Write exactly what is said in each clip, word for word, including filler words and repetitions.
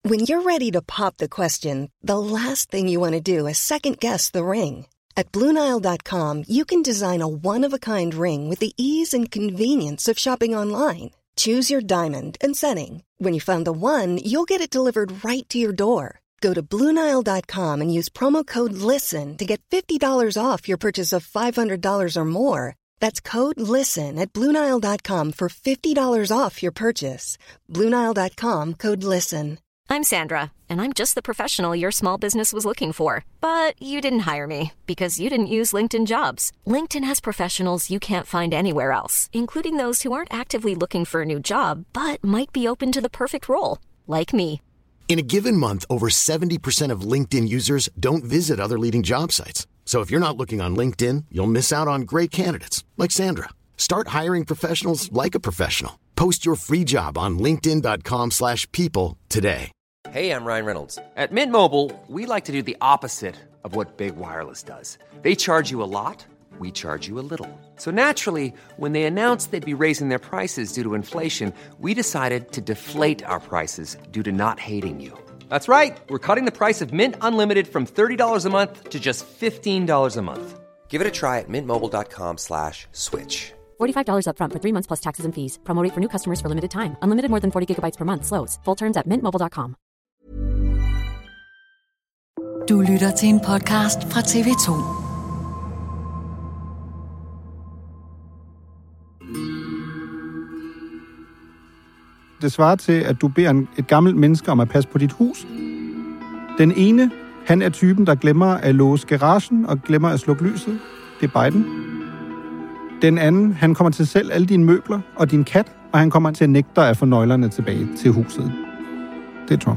When you're ready to pop the question, the last thing you want to do is second-guess the ring. At Blue Nile dot com, you can design a one-of-a-kind ring with the ease and convenience of shopping online. Choose your diamond and setting. When you find the one, you'll get it delivered right to your door. Go to Blue Nile dot com and use promo code LISTEN to get fifty dollars off your purchase of five hundred dollars or more. That's code LISTEN at Blue Nile dot com for fifty dollars off your purchase. Blue Nile dot com, code LISTEN. I'm Sandra, and I'm just the professional your small business was looking for. But you didn't hire me because you didn't use LinkedIn Jobs. LinkedIn has professionals you can't find anywhere else, including those who aren't actively looking for a new job, but might be open to the perfect role, like me. In a given month, over seventy percent of LinkedIn users don't visit other leading job sites. So if you're not looking on LinkedIn, you'll miss out on great candidates like Sandra. Start hiring professionals like a professional. Post your free job on linkedin dot com slash people today. Hey, I'm Ryan Reynolds. At Mint Mobile, we like to do the opposite of what Big Wireless does. They charge you a lot, we charge you a little. So naturally, when they announced they'd be raising their prices due to inflation, we decided to deflate our prices due to not hating you. That's right. We're cutting the price of Mint Unlimited from thirty dollars a month to just fifteen dollars a month. Give it a try at mintmobile.com slash switch. forty-five dollars up front for three months plus taxes and fees. Promo rate for new customers for limited time. Unlimited more than forty gigabytes per month. Slows full terms at mint mobile dot com. Du lytter til en podcast fra T V to. Det svarer til, at du beder et gammelt menneske om at passe på dit hus. Den ene, han er typen, der glemmer at låse garagen og glemmer at slukke lyset. Det er Biden. Den anden, han kommer til at sælge alle dine møbler og din kat, og han kommer til at nægte dig at få nøglerne tilbage til huset. Det er Trump.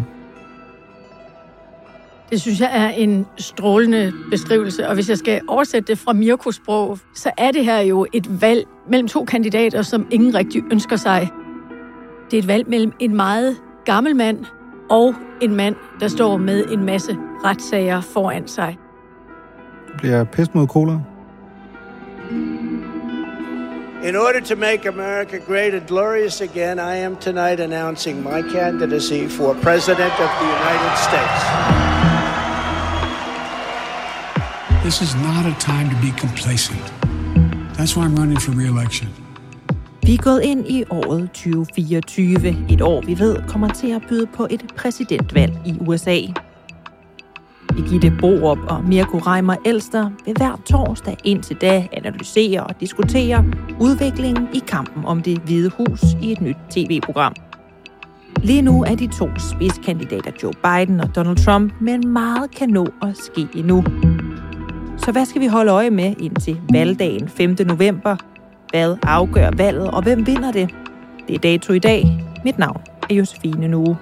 Det synes jeg er en strålende beskrivelse, og hvis jeg skal oversætte det fra Mirko-sprog, så er det her jo et valg mellem to kandidater, som ingen rigtig ønsker sig. Det er et valg mellem en meget gammel mand og en mand, der står med en masse retssager foran sig. Det bliver pest mod cola. In order to make America great and glorious again, I am tonight announcing my candidacy for President of the United States. This is not a time to be complacent. That's why I'm running for re-election. Vi er gået ind i året tyve fireogtyve, et år vi ved kommer til at byde på et præsidentvalg i U S A. Birgitte Borup og Mirko Reimer Elster vil hver torsdag indtil da analysere og diskutere udviklingen i kampen om Det Hvide Hus i et nyt tv-program. Lige nu er de to spidskandidater Joe Biden og Donald Trump, men meget kan nå at ske endnu. Så hvad skal vi holde øje med indtil valgdagen femte november? Hvad afgør valget, og hvem vinder det? Det er dato i dag. Mit navn er Josefine Nue.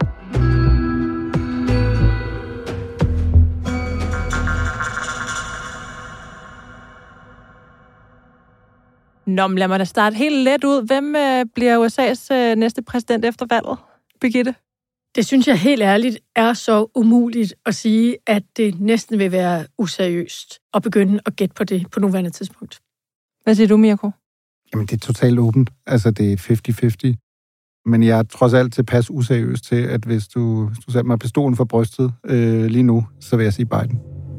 Nå, men lad mig da starte helt let ud. Hvem øh, bliver U S A's øh, næste præsident efter valget, Birgitte? Det synes jeg helt ærligt er så umuligt at sige, at det næsten vil være useriøst at begynde at gætte på det på nuværende tidspunkt. Hvad siger du, Mirko? Jamen, det er totalt åbent. Altså, det er halvtreds halvtreds. Men jeg er trods alt tilpas useriøs til, at hvis du, hvis du sætter mig pistolen for brystet øh, lige nu, så vil jeg sige Biden.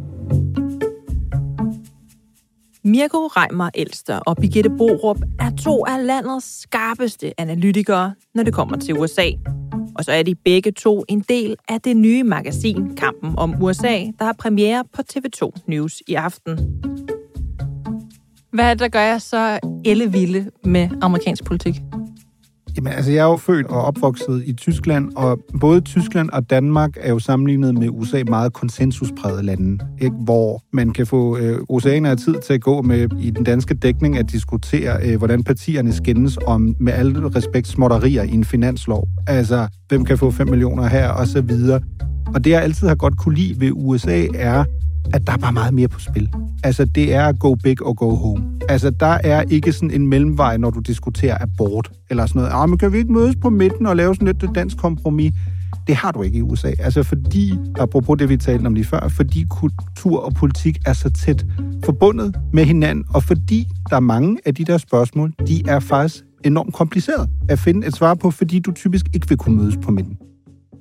Mirko Reimer Elster og Birgitte Borup er to af landets skarpeste analytikere, når det kommer til U S A. Og så er de begge to en del af det nye magasin Kampen om U S A, der har premiere på T V to News i aften. Hvad er det, der gør jeg så ellevilde med amerikansk politik? Jamen, altså, jeg er jo født og opvokset i Tyskland, og både Tyskland og Danmark er jo sammenlignet med U S A meget konsensusprægede lande, ikke? Hvor man kan få øh, oceaner af tid til at gå med i den danske dækning at diskutere, øh, hvordan partierne skændes om, med alle respekt, småtterier i en finanslov. Altså, hvem kan få fem millioner her, og så videre. Og det, jeg altid har godt kunne lide ved U S A, er, at der er bare meget mere på spil. Altså, det er go big og go home. Altså, der er ikke sådan en mellemvej, når du diskuterer abort, eller sådan noget. Ah, men kan vi ikke mødes på midten og lave sådan et dansk kompromis? Det har du ikke i U S A. Altså, fordi, apropos det, vi talte om lige før, fordi kultur og politik er så tæt forbundet med hinanden, og fordi der er mange af de der spørgsmål, de er faktisk enormt komplicerede at finde et svar på, fordi du typisk ikke vil kunne mødes på midten.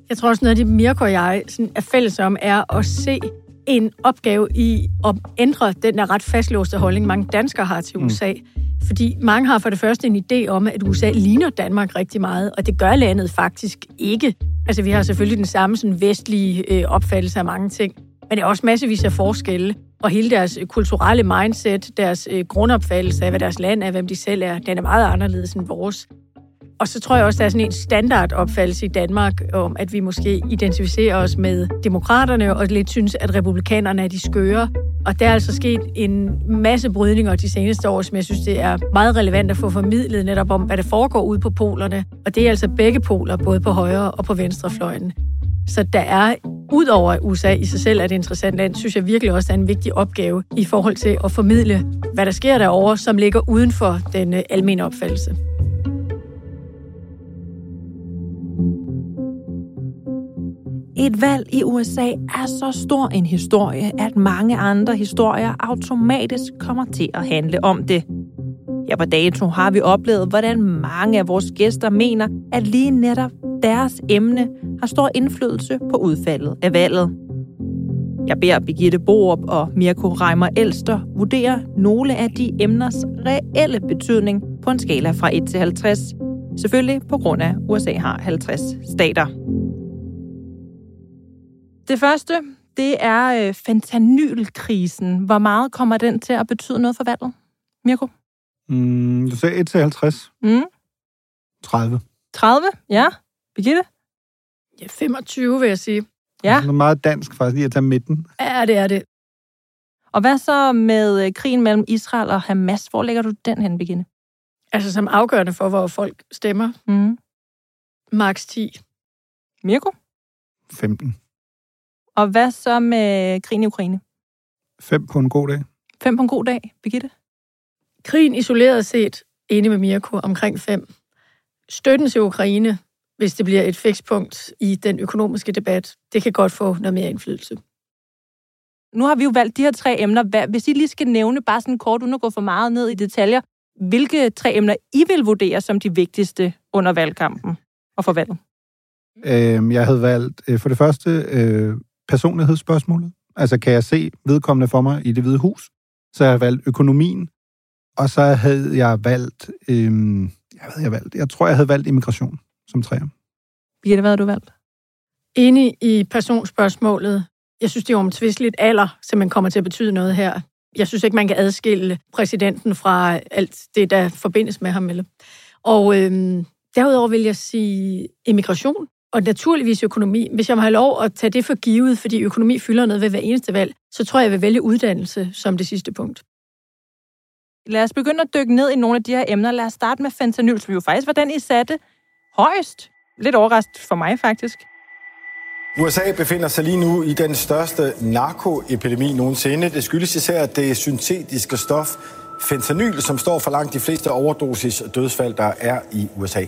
Jeg tror også, noget af det, Mirko og jeg sådan er fælles om, er at se en opgave i at ændre den der ret fastlåste holdning, mange danskere har til U S A. Mm. Fordi mange har for det første en idé om, at U S A ligner Danmark rigtig meget, og det gør landet faktisk ikke. Altså, vi har selvfølgelig den samme sådan vestlige øh, opfattelse af mange ting, men det er også massevis af forskelle, og hele deres kulturelle mindset, deres øh, grundopfattelse af, hvad deres land er, hvem de selv er, den er meget anderledes end vores. Og så tror jeg også, der er sådan en standardopfattelse i Danmark om, at vi måske identificerer os med demokraterne og lidt synes, at republikanerne er de skøre. Og der er altså sket en masse brydninger de seneste år, som jeg synes, det er meget relevant at få formidlet netop om, hvad der foregår ude på polerne. Og det er altså begge poler, både på højre og på venstrefløjen. Så der er, ud over U S A i sig selv er det interessant land, synes jeg virkelig også, der er en vigtig opgave i forhold til at formidle, hvad der sker derovre, som ligger uden for den almene opfattelse. Et valg i U S A er så stor en historie, at mange andre historier automatisk kommer til at handle om det. Her på Dato har vi oplevet, hvordan mange af vores gæster mener, at lige netop deres emne har stor indflydelse på udfaldet af valget. Jeg beder Birgitte Borup og Mirko Reimer Elster vurdere nogle af de emners reelle betydning på en skala fra et til halvtreds. Selvfølgelig på grund af, at U S A har halvtreds stater. Det første, det er fentanylkrisen. Hvor meget kommer den til at betyde noget for valget? Mirko? Mm, du sagde et til halvtreds. Mm. tredive. tredive? Ja. Birgitte? Ja, femogtyve vil jeg sige. Ja. Det er meget dansk faktisk lige at tage midten. Ja, det er det. Og hvad så med krigen mellem Israel og Hamas? Hvor lægger du den hen, Birgitte? Altså som afgørende for, hvor folk stemmer. Mm. Max ti. Mirko? femten. Og hvad så med krigen i Ukraine? fem på en god dag. fem på en god dag, Birgitte? Krigen isoleret set, enig med Mirko, omkring fem. Støtten til Ukraine, hvis det bliver et fikspunkt i den økonomiske debat, det kan godt få noget mere indflydelse. Nu har vi jo valgt de her tre emner. Hvis I lige skal nævne, bare sådan kort, uden at gå for meget ned i detaljer, hvilke tre emner I vil vurdere som de vigtigste under valgkampen og for valget? Øh, jeg havde valgt øh, for det første øh, personlighedsspørgsmålet. Altså, kan jeg se vedkommende for mig i Det Hvide Hus? Så jeg har valgt økonomien. Og så havde jeg valgt... Øh, jeg, ved, jeg, valgt jeg tror, jeg havde valgt immigration som træer. Birgitte, hvad har du valgt? Enig i personspørgsmålet. Jeg synes, det er omtvisteligt alder, som man kommer til at betyde noget her. Jeg synes ikke, man kan adskille præsidenten fra alt det, der forbindes med ham. Eller. Og øh, derudover vil jeg sige immigration. Og naturligvis økonomi. Hvis jeg må have lov at tage det for givet, fordi økonomi fylder noget ved hver eneste valg, så tror jeg, jeg vil vælge uddannelse som det sidste punkt. Lad os begynde at dykke ned i nogle af de her emner. Lad os starte med fentanyl, som jo faktisk var den, I satte højst. Lidt overrasket for mig, faktisk. U S A befinder sig lige nu i den største narkoepidemi nogensinde. Det skyldes især, at det syntetiske stof fentanyl, som står for langt de fleste overdosis dødsfald, der er i U S A.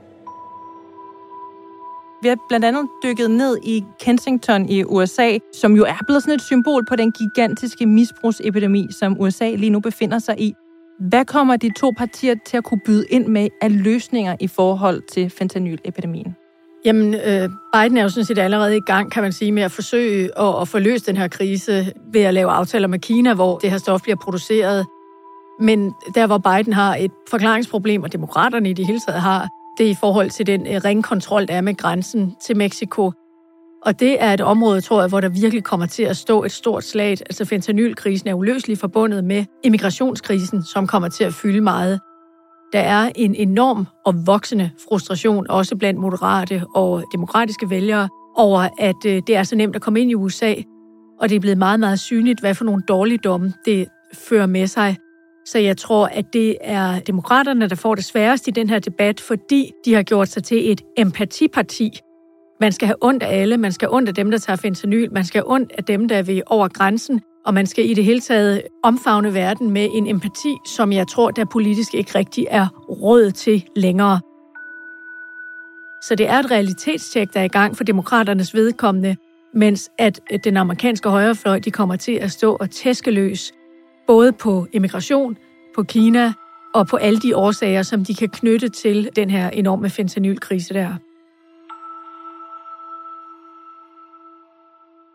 Vi har blandt andet dykket ned i Kensington i U S A, som jo er blevet sådan et symbol på den gigantiske misbrugsepidemi, som U S A lige nu befinder sig i. Hvad kommer de to partier til at kunne byde ind med af løsninger i forhold til fentanylepidemien? Jamen, øh, Biden er jo sådan set allerede i gang, kan man sige, med at forsøge at, at få løst den her krise ved at lave aftaler med Kina, hvor det her stof bliver produceret. Men der, hvor Biden har et forklaringsproblem, og demokraterne i det hele taget har, det er i forhold til den øh, ringkontrol, der er med grænsen til Mexico. Og det er et område, tror jeg, hvor der virkelig kommer til at stå et stort slag. Altså fentanylkrisen er uløseligt forbundet med immigrationskrisen, som kommer til at fylde meget. Der er en enorm og voksende frustration, også blandt moderate og demokratiske vælgere, over at øh, det er så nemt at komme ind i U S A. Og det er blevet meget, meget synligt, hvad for nogle dårligdomme det fører med sig. Så jeg tror, at det er demokraterne, der får det sværest i den her debat, fordi de har gjort sig til et empatiparti. Man skal have ondt af alle, man skal have ondt af dem, der tager fentanyl, man skal have ondt af dem, der vil over grænsen, og man skal i det hele taget omfavne verden med en empati, som jeg tror, der politisk ikke rigtig er råd til længere. Så det er et realitetstjek, der er i gang for demokraternes vedkommende, mens at den amerikanske højrefløj, de kommer til at stå og tæske løs, både på immigration, på Kina og på alle de årsager, som de kan knytte til den her enorme fentanylkrise der.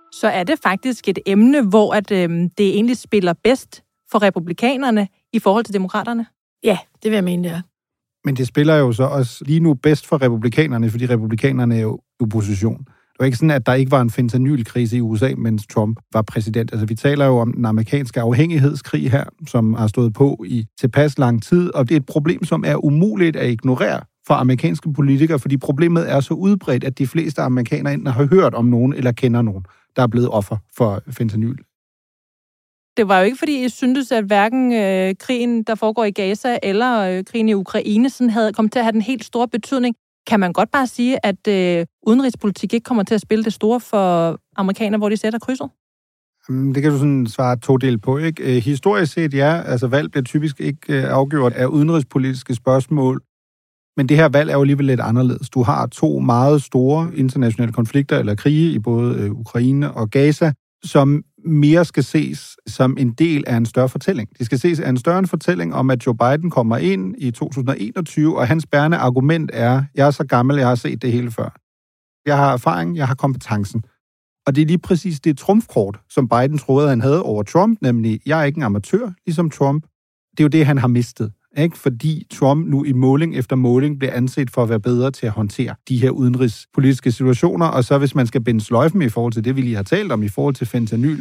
så er det faktisk et emne, hvor at, øh, det egentlig spiller bedst for republikanerne i forhold til demokraterne. Ja, det vil jeg mene, det er. Men det spiller jo så også lige nu bedst for republikanerne, fordi republikanerne er jo opposition. Det var ikke sådan, at der ikke var en fentanylkrise i U S A, mens Trump var præsident. Altså, vi taler jo om den amerikanske afhængighedskrig her, som har stået på i tilpas lang tid, og det er et problem, som er umuligt at ignorere for amerikanske politikere, fordi problemet er så udbredt, at de fleste amerikanere enten har hørt om nogen eller kender nogen, der er blevet offer for fentanyl. Det var jo ikke, fordi jeg syntes, at hverken øh, krigen, der foregår i Gaza, eller øh, krigen i Ukraine, sådan havde kommet til at have den helt store betydning. Kan man godt bare sige, at øh, udenrigspolitik ikke kommer til at spille det store for amerikanere, hvor de sætter krydset? Det kan du sådan svare to del på, ikke? Historisk set, ja. Altså, valg bliver typisk ikke afgjort af udenrigspolitiske spørgsmål. Men det her valg er jo alligevel lidt anderledes. Du har to meget store internationale konflikter, eller krige i både Ukraine og Gaza, som mere skal ses som en del af en større fortælling. De skal ses af en større fortælling om, at Joe Biden kommer ind i to tusind og enogtyve, og hans bærende argument er, jeg er så gammel, jeg har set det hele før. Jeg har erfaring, jeg har kompetencen. Og det er lige præcis det trumfkort, som Biden troede, han havde over Trump, nemlig, jeg er ikke en amatør, ligesom Trump. Det er jo det, han har mistet, ikke? Fordi Trump nu i måling efter måling bliver anset for at være bedre til at håndtere de her udenrigspolitiske situationer, og så hvis man skal binde sløjfen i forhold til det, vi lige har talt om, i forhold til fentanyl.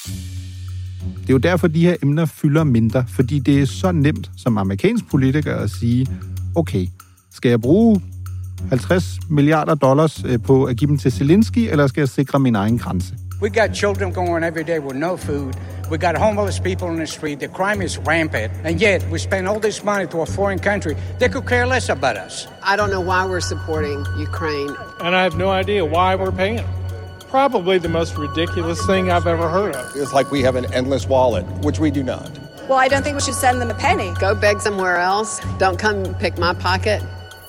Det er jo derfor, de her emner fylder mindre, fordi det er så nemt som amerikansk politiker at sige, okay, skal jeg bruge halvtreds milliarder dollars på at give dem til Zelensky, eller skal jeg sikre min egen grænse? We got children going every day with no food. We got homeless people in the street. The crime is rampant. And yet, we spend all this money to a foreign country. They could care less about us. I don't know why we're supporting Ukraine. And I have no idea why we're paying. Probably the most ridiculous thing I've ever heard of. It's like we have an endless wallet, which we do not. Well, I don't think we should send them a penny. Go beg somewhere else. Don't come pick my pocket.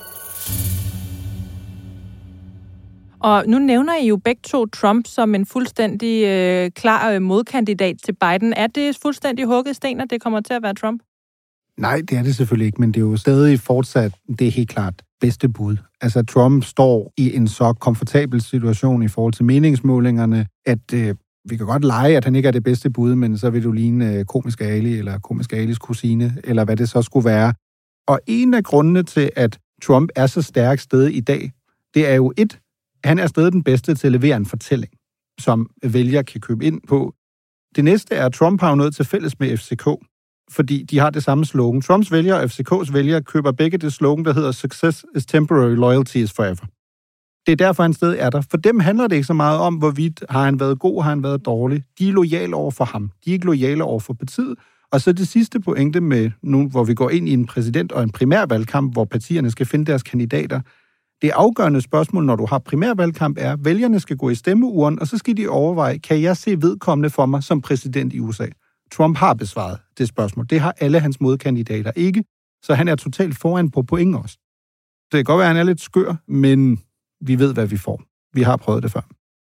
Og nu nævner I jo begge to Trump som en fuldstændig øh, klar øh, modkandidat til Biden. Er det fuldstændig hugget sten, at det kommer til at være Trump? Nej, det er det selvfølgelig ikke, men det er jo stadig fortsat, det er helt klart bedste bud. Altså, Trump står i en så komfortabel situation i forhold til meningsmålingerne, at øh, vi kan godt lege, at han ikke er det bedste bud, men så vil du ligne øh, Komisk Ali eller Komisk Alis kusine, eller hvad det så skulle være. Og en af grundene til, at Trump er så stærk sted i dag, det er jo et, han er stadig den bedste til at levere en fortælling, som vælger kan købe ind på. Det næste er, at Trump har jo noget til fælles med F C K, fordi de har det samme slogan. Trumps vælgere og F C K's vælgere køber begge det slogan, der hedder Success is temporary, loyalty is forever. Det er derfor, han stadig er der. For dem handler det ikke så meget om, hvorvidt har han været god, har han været dårlig. De er loyale over for ham. De er ikke loyale over for partiet. Og så det sidste pointe med nu, hvor vi går ind i en præsident- og en primærvalgkamp, hvor partierne skal finde deres kandidater. Det afgørende spørgsmål, når du har primærvalgkamp, er, at vælgerne skal gå i stemmeuren, og så skal de overveje, kan jeg se vedkommende for mig som præsident i U S A? Trump har besvaret det spørgsmål. Det har alle hans modkandidater ikke, så han er totalt foran på point også. Det kan godt være, at han er lidt skør, men vi ved, hvad vi får. Vi har prøvet det før.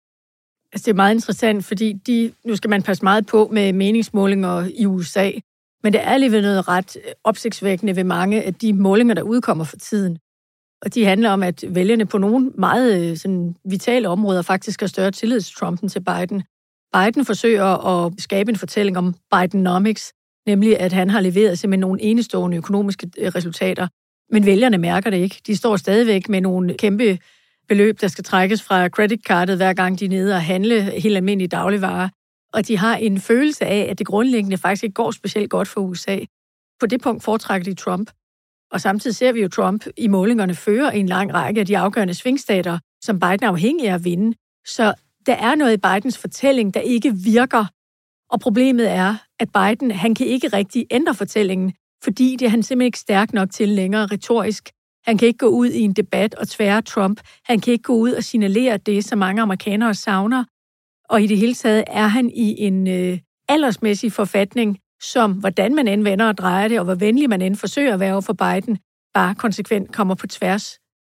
Altså, det er meget interessant, fordi de, nu skal man passe meget på med meningsmålinger i U S A, men det er alligevel noget ret opsigtsvækkende ved mange af de målinger, der udkommer for tiden. Og de handler om, at vælgerne på nogle meget sådan, vitale områder faktisk har større tillid til Trump end til Biden. Biden forsøger at skabe en fortælling om Bidenomics, nemlig at han har leveret simpelthen nogle enestående økonomiske resultater. Men vælgerne mærker det ikke. De står stadigvæk med nogle kæmpe beløb, der skal trækkes fra creditcardet, hver gang de er nede og handle helt almindelige dagligvarer. Og de har en følelse af, at det grundlæggende faktisk ikke går specielt godt for U S A. På det punkt foretrækker de Trump. Og samtidig ser vi jo Trump i målingerne føre en lang række af de afgørende svingstater, som Biden er afhængig af at vinde. Så der er noget i Bidens fortælling, der ikke virker. Og problemet er, at Biden, han kan ikke rigtig ændre fortællingen, fordi det er han simpelthen ikke stærk nok til længere retorisk. Han kan ikke gå ud i en debat og tvære Trump. Han kan ikke gå ud og signalere det, som mange amerikanere savner. Og i det hele taget er han i en øh, aldersmæssig forfatning, som hvordan man end vender og drejer det, og hvor venlig man end forsøger at være over for Biden, bare konsekvent kommer på tværs.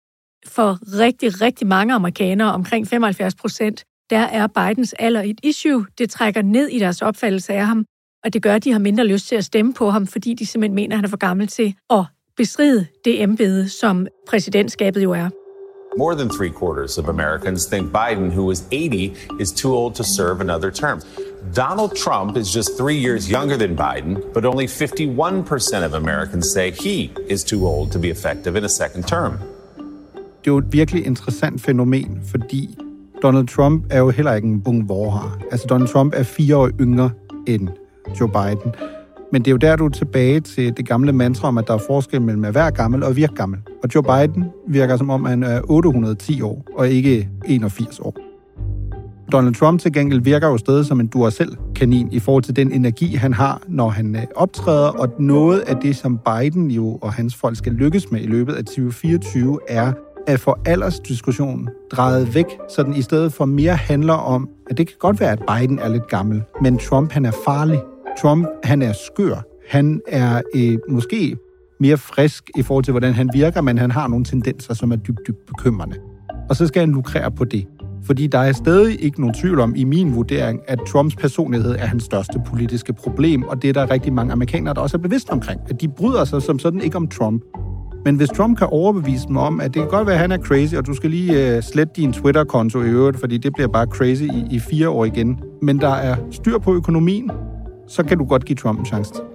For rigtig, rigtig mange amerikanere, omkring femoghalvfjerds procent, der er Bidens alder et issue. Det trækker ned i deres opfattelse af ham, og det gør, at de har mindre lyst til at stemme på ham, fordi de simpelthen mener, at han er for gammel til at bestride det embede, som præsidentskabet jo er. More than three quarters of Americans think Biden, who is eighty, is too old to serve another term. Donald Trump is just three years younger than Biden, but only fifty-one percent of Americans say he is too old to be effective in a second term. Det er jo et virkelig interessant fænomen, fordi Donald Trump er jo heller ikke en ung vorhar. Altså Donald Trump er fire år yngre end Joe Biden. Men det er jo der, du er tilbage til det gamle mantra om, at der er forskel mellem at være gammel og virke gammel. Og Joe Biden virker som om, han er otte hundrede og ti år, og ikke enogfirs år. Donald Trump til gengæld virker jo stadig som en Duracell-kanin i forhold til den energi, han har, når han optræder. Og noget af det, som Biden jo og hans folk skal lykkes med i løbet af tyve fireogtyve, er at få aldersdiskussionen drejet væk, så den i stedet for mere handler om, at det kan godt være, at Biden er lidt gammel, men Trump, han er farlig. Trump, han er skør. Han er øh, måske mere frisk i forhold til, hvordan han virker, men han har nogle tendenser, som er dybt, dybt bekymrende. Og så skal han lukrere på det. Fordi der er stadig ikke nogen tvivl om, i min vurdering, at Trumps personlighed er hans største politiske problem, og det er der rigtig mange amerikanere, der også er bevidst omkring, at de bryder sig som sådan ikke om Trump. Men hvis Trump kan overbevise dem om, at det kan godt være, at han er crazy, og du skal lige uh, slette din Twitter-konto i øvrigt, fordi det bliver bare crazy i, i fire år igen, men der er styr på økonomien, så kan du godt give Trump en chance til.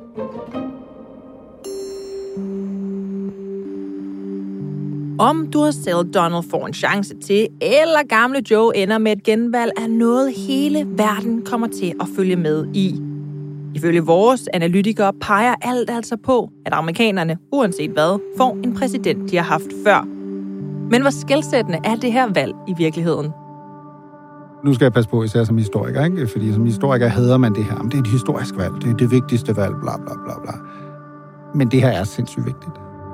Om Duracell Donald får en chance til, eller gamle Joe ender med et genvalg, er noget hele verden kommer til at følge med i. Ifølge vores analytikere peger alt altså på, at amerikanerne, uanset hvad, får en præsident, de har haft før. Men hvor skelsættende er det her valg i virkeligheden? Nu skal jeg passe på, især som historiker, ikke? Fordi som historiker hader man det her. Det er et historisk valg, det er det vigtigste valg, bla bla bla bla. Men det her er sindssygt vigtigt.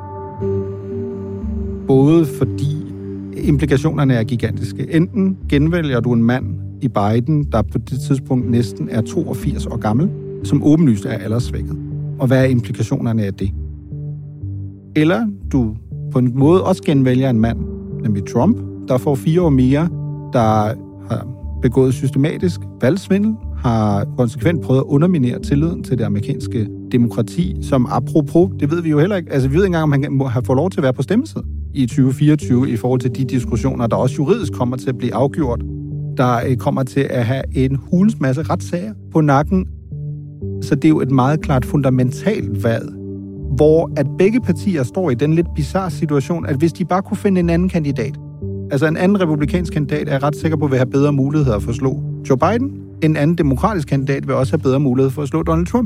Både fordi implikationerne er gigantiske. Enten genvælger du en mand i Biden, der på det tidspunkt næsten er toogfirs år gammel, som åbenlyst er alderssvækket. Og hvad er implikationerne af det? Eller du på en måde også genvælger en mand, nemlig Trump, der får fire år mere, der har begået systematisk valgsvindel, har konsekvent prøvet at underminere tilliden til det amerikanske demokrati, som apropos, det ved vi jo heller ikke, altså vi ved ikke engang, om han må have fået lov til at være på stemmesiden i tyve fireogtyve i forhold til de diskussioner, der også juridisk kommer til at blive afgjort, der kommer til at have en hulens masse retssager på nakken. Så det er jo et meget klart fundamentalt valg, hvor at begge partier står i den lidt bizarre situation, at hvis de bare kunne finde en anden kandidat, altså en anden republikansk kandidat, er jeg ret sikker på, vil have bedre muligheder for at slå Joe Biden. En anden demokratisk kandidat vil også have bedre mulighed for at slå Donald Trump.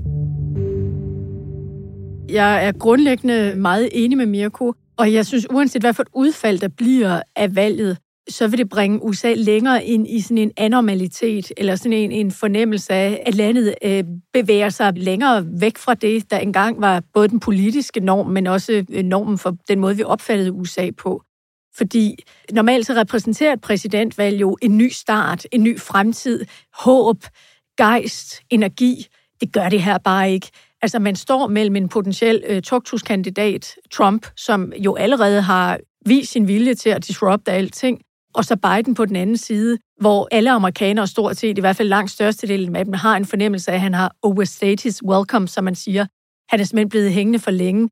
Jeg er grundlæggende meget enig med Mirko, og jeg synes, uanset hvad for et udfald, der bliver af valget, så vil det bringe U S A længere ind i sådan en anormalitet, eller sådan en, en fornemmelse af, at landet øh, bevæger sig længere væk fra det, der engang var både den politiske norm, men også normen for den måde, vi opfattede U S A på. Fordi normalt så repræsenterer et præsidentvalg jo en ny start, en ny fremtid, håb, gejst, energi. Det gør det her bare ikke. Altså, man står mellem en potentiel øh, tugthuskandidat, Trump, som jo allerede har vist sin vilje til at disrupte alting, og så Biden på den anden side, hvor alle amerikanere stort set, i hvert fald langt størstedelen af dem, har en fornemmelse af, at han har overstayed his welcome, som man siger. Han er simpelthen blevet hængende for længe.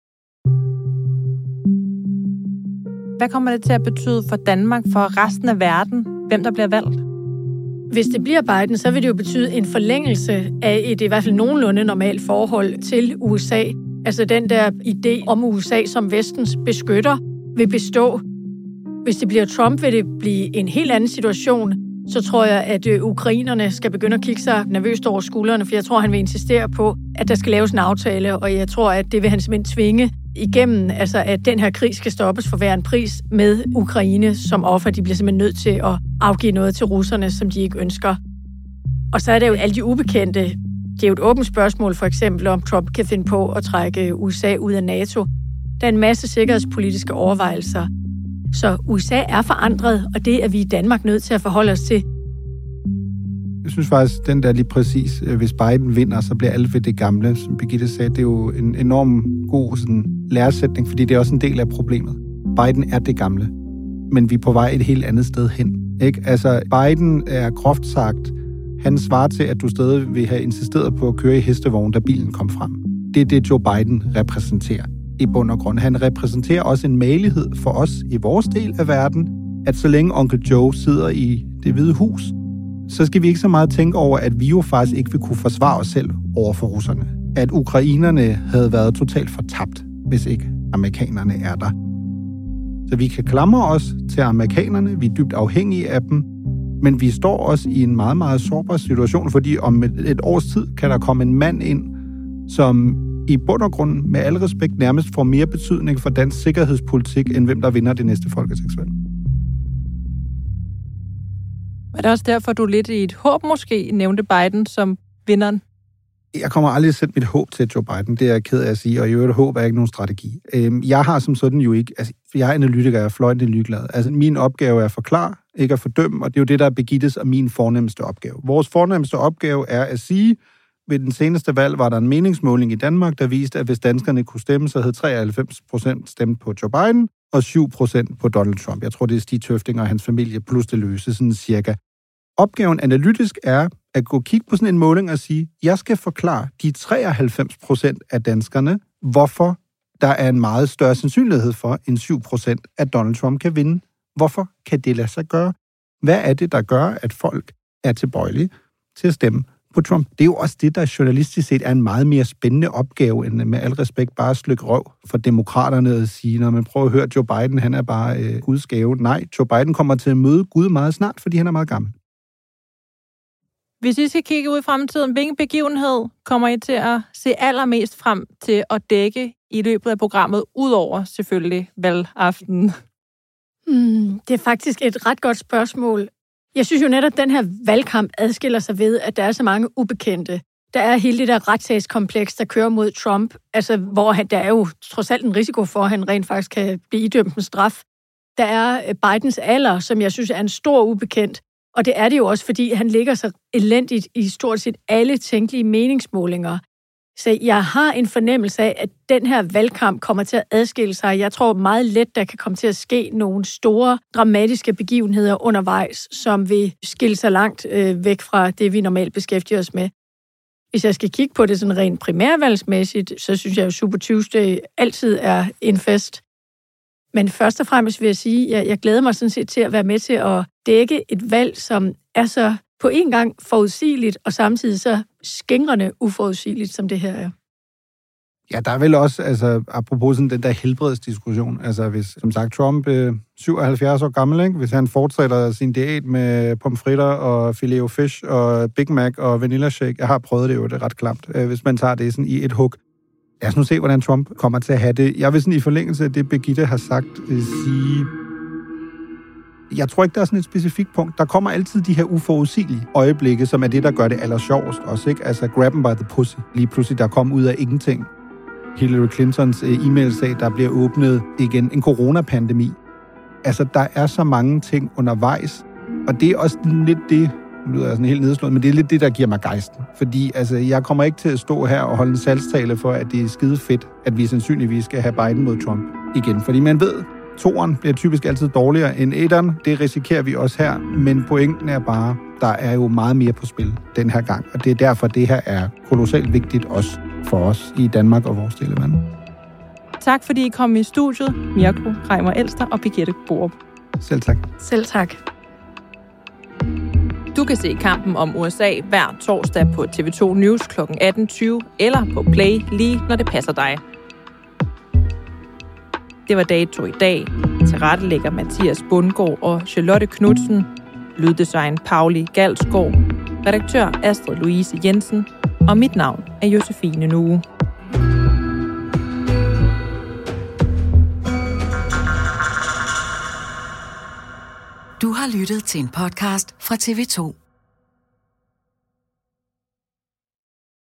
Hvad kommer det til at betyde for Danmark, for resten af verden, hvem der bliver valgt? Hvis det bliver Biden, så vil det jo betyde en forlængelse af et i hvert fald nogenlunde normalt forhold til U S A. Altså den der idé om U S A som vestens beskytter vil bestå. Hvis det bliver Trump, vil det blive en helt anden situation. Så tror jeg, at ukrainerne skal begynde at kigge sig nervøst over skuldrene, for jeg tror, han vil insistere på, at der skal laves en aftale, og jeg tror, at det vil han simpelthen tvinge igennem, altså at den her krig skal stoppes for hver en pris med Ukraine som offer. De bliver simpelthen nødt til at afgive noget til russerne, som de ikke ønsker. Og så er det jo alle de ubekendte. Det er jo et åbent spørgsmål, for eksempel om Trump kan finde på at trække U S A ud af NATO. Der er en masse sikkerhedspolitiske overvejelser. Så U S A er forandret, og det er vi i Danmark nødt til at forholde os til. Jeg synes faktisk, den der lige præcis, hvis Biden vinder, så bliver alt ved det gamle. Som Birgitte sagde, det er jo en enorm god sådan, læresætning, fordi det er også en del af problemet. Biden er det gamle, men vi er på vej et helt andet sted hen. Ikke? Altså, Biden er groft sagt, han svarer til, at du stadig vil have insisteret på at køre i hestevogn, da bilen kom frem. Det er det, Joe Biden repræsenterer. i bund og grund. Han repræsenterer også en magelighed for os i vores del af verden, at så længe onkel Joe sidder i Det Hvide Hus, så skal vi ikke så meget tænke over, at vi jo faktisk ikke vil kunne forsvare os selv over for russerne. At ukrainerne havde været totalt fortabt, hvis ikke amerikanerne er der. Så vi kan klamre os til amerikanerne, vi er dybt afhængige af dem, men vi står også i en meget, meget sårbar situation, fordi om et, et års tid kan der komme en mand ind, som i bund og grund med al respekt nærmest får mere betydning for dansk sikkerhedspolitik, end hvem der vinder det næste folketingsvalg. Er det også derfor, du lidt i et håb måske nævnte Biden som vinderen? Jeg kommer aldrig at sætte mit håb til Joe Biden, det er jeg ked af at sige, og i øvrigt håb er ikke nogen strategi. Jeg har som sådan jo ikke, altså jeg er analytiker, jeg er fløjtende ligeglad. Altså min opgave er at forklare, ikke at fordømme, og det er jo det, der er Birgittes og min fornemmeste opgave. Vores fornemmeste opgave er at sige, ved den seneste valg var der en meningsmåling i Danmark, der viste, at hvis danskerne kunne stemme, så havde treoghalvfems procent stemt på Joe Biden og syv procent på Donald Trump. Jeg tror, det er Stig Tøfting og hans familie plus det løse, sådan cirka. Opgaven analytisk er at gå og kigge på sådan en måling og sige, jeg skal forklare de treoghalvfems procent af danskerne, hvorfor der er en meget større sandsynlighed for, end syv procent at Donald Trump kan vinde. Hvorfor kan det lade sig gøre? Hvad er det, der gør, at folk er tilbøjelige til at stemme på Trump? Det er jo også det, der journalistisk set er en meget mere spændende opgave, end med al respekt bare at slykke røv for demokraterne at sige, når man prøver at høre, Joe Biden, han er bare øh, Guds gave. Nej, Joe Biden kommer til at møde Gud meget snart, fordi han er meget gammel. Hvis I skal kigge ud i fremtiden, hvilken begivenhed kommer I til at se allermest frem til at dække i løbet af programmet, udover selvfølgelig valgaftenen? Hmm, det er faktisk et ret godt spørgsmål. Jeg synes jo netop, at den her valgkamp adskiller sig ved, at der er så mange ubekendte. Der er hele det der retssagskompleks, der kører mod Trump, altså hvor han, der er jo trods alt en risiko for, at han rent faktisk kan blive idømt en straf. Der er Bidens alder, som jeg synes er en stor ubekendt. Og det er det jo også, fordi han ligger så elendigt i stort set alle tænkelige meningsmålinger. Så jeg har en fornemmelse af, at den her valgkamp kommer til at adskille sig. Jeg tror meget let, der kan komme til at ske nogle store, dramatiske begivenheder undervejs, som vil skille sig langt øh, væk fra det, vi normalt beskæftiger os med. Hvis jeg skal kigge på det sådan rent primærvalgsmæssigt, så synes jeg jo, Super Tuesday altid er en fest. Men først og fremmest vil jeg sige, at jeg, jeg glæder mig sådan set til at være med til at dække et valg, som er så på en gang forudsigeligt, og samtidig så skængrende uforudsigeligt, som det her er. Ja, der er vel også, altså apropos sådan den der helbredsdiskussion, altså hvis, som sagt, Trump er syvoghalvfjerds år gammel, ikke? Hvis han fortsætter sin diæt med pomfritter og filet of fish og Big Mac og vanilla shake, jeg har prøvet det jo, det er ret klamt, hvis man tager det sådan i et hug. Lad os nu se, hvordan Trump kommer til at have det. Jeg vil sådan i forlængelse af det, Birgitte har sagt, sige... Jeg tror ikke, der er sådan et specifikt punkt. Der kommer altid de her uforudsigelige øjeblikke, som er det, der gør det allersjovest også, ikke? Altså, grab them by the pussy. Lige pludselig, der kom ud af ingenting. Hillary Clintons e-mailsag, der bliver åbnet igen. En coronapandemi. Altså, der er så mange ting undervejs. Og det er også lidt det... Nu lyder jeg sådan helt nedslået, men det er lidt det, der giver mig gejsten. Fordi altså, jeg kommer ikke til at stå her og holde en salgstale for, at det er skide fedt, at vi sandsynligvis skal have Biden mod Trump igen. Fordi man ved, toeren bliver typisk altid dårligere end etteren. Det risikerer vi også her. Men pointen er bare, der er jo meget mere på spil den her gang. Og det er derfor, det her er kolossalt vigtigt også for os i Danmark og vores del af verden. Tak fordi I kom i studiet, Mirko Reimer Elster og Birgitte Borup. Selv tak. Selv tak. Du kan se Kampen om U S A hver torsdag på T V to News klokken atten tyve eller på Play lige når det passer dig. Det var Dato i dag. Tilrettelægger Mathias Bundgaard og Charlotte Knudsen. Lyddesign Pauli Galsgaard. Redaktør Astrid Louise Jensen. Og mit navn er Josefine Nue. Du har lyttet til en podcast fra T V to.